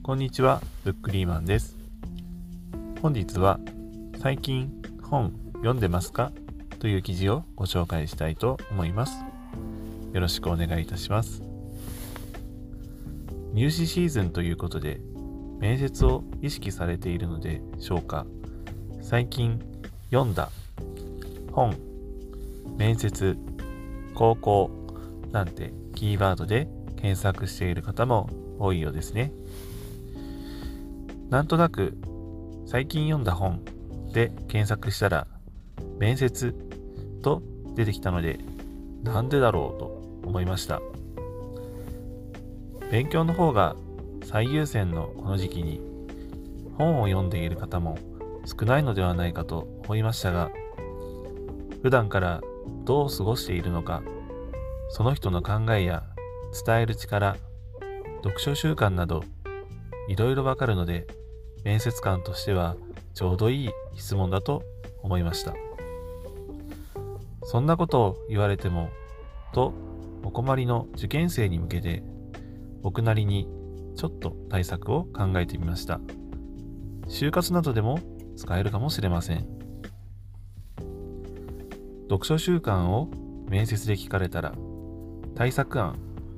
こんにちは、ブックリーマンです。本日は最近本読んでますかという記事をご紹介したいと思います。よろしくお願いいたします。入試シーズンということで面接を意識されているのでしょうか。最近読んだ本、面接、高校なんてキーワードで検索している方も多いようですね。なんとなく最近読んだ本で検索したら面接と出てきたので、なんでだろうと思いました。勉強の方が最優先のこの時期に本を読んでいる方も少ないのではないかと思いましたが、普段からどう過ごしているのか、その人の考えや伝える力、読書習慣などいろいろわかるので、面接官としてはちょうどいい質問だと思いました。そんなことを言われてもとお困りの受験生に向けて、僕なりにちょっと対策を考えてみました。就活などでも使えるかもしれません。読書習慣を面接で聞かれたら対策案。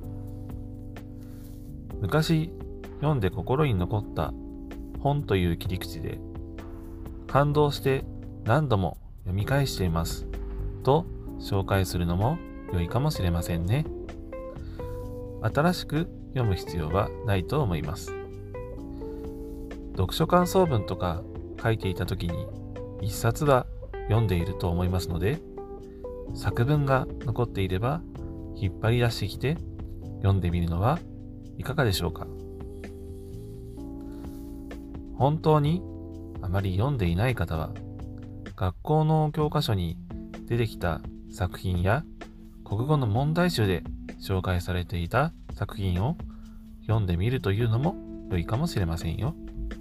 昔読んで心に残った本という切り口で、感動して何度も読み返していますと紹介するのも良いかもしれませんね。新しく読む必要はないと思います。読書感想文とか書いていた時に一冊は読んでいると思いますので、作文が残っていれば引っ張り出してきて読んでみるのはいかがでしょうか。本当にあまり読んでいない方は、学校の教科書に出てきた作品や国語の問題集で紹介されていた作品を読んでみるというのも良いかもしれませんよ。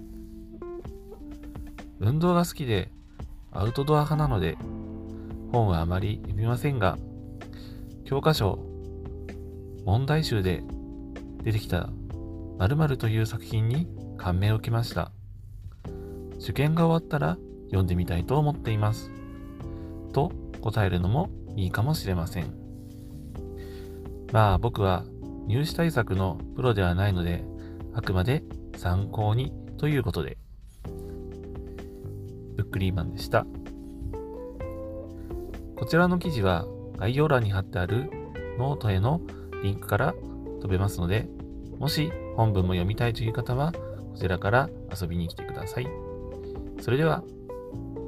運動が好きでアウトドア派なので本はあまり読みませんが、教科書問題集で出てきた〇〇という作品に感銘を受けました。受験が終わったら読んでみたいと思っていますと答えるのもいいかもしれません。僕は入試対策のプロではないので、あくまで参考にということで。ブックリーマンでした。こちらの記事は概要欄に貼ってあるノートへのリンクから飛べますので、もし本文も読みたいという方はこちらから遊びに来てください。それでは。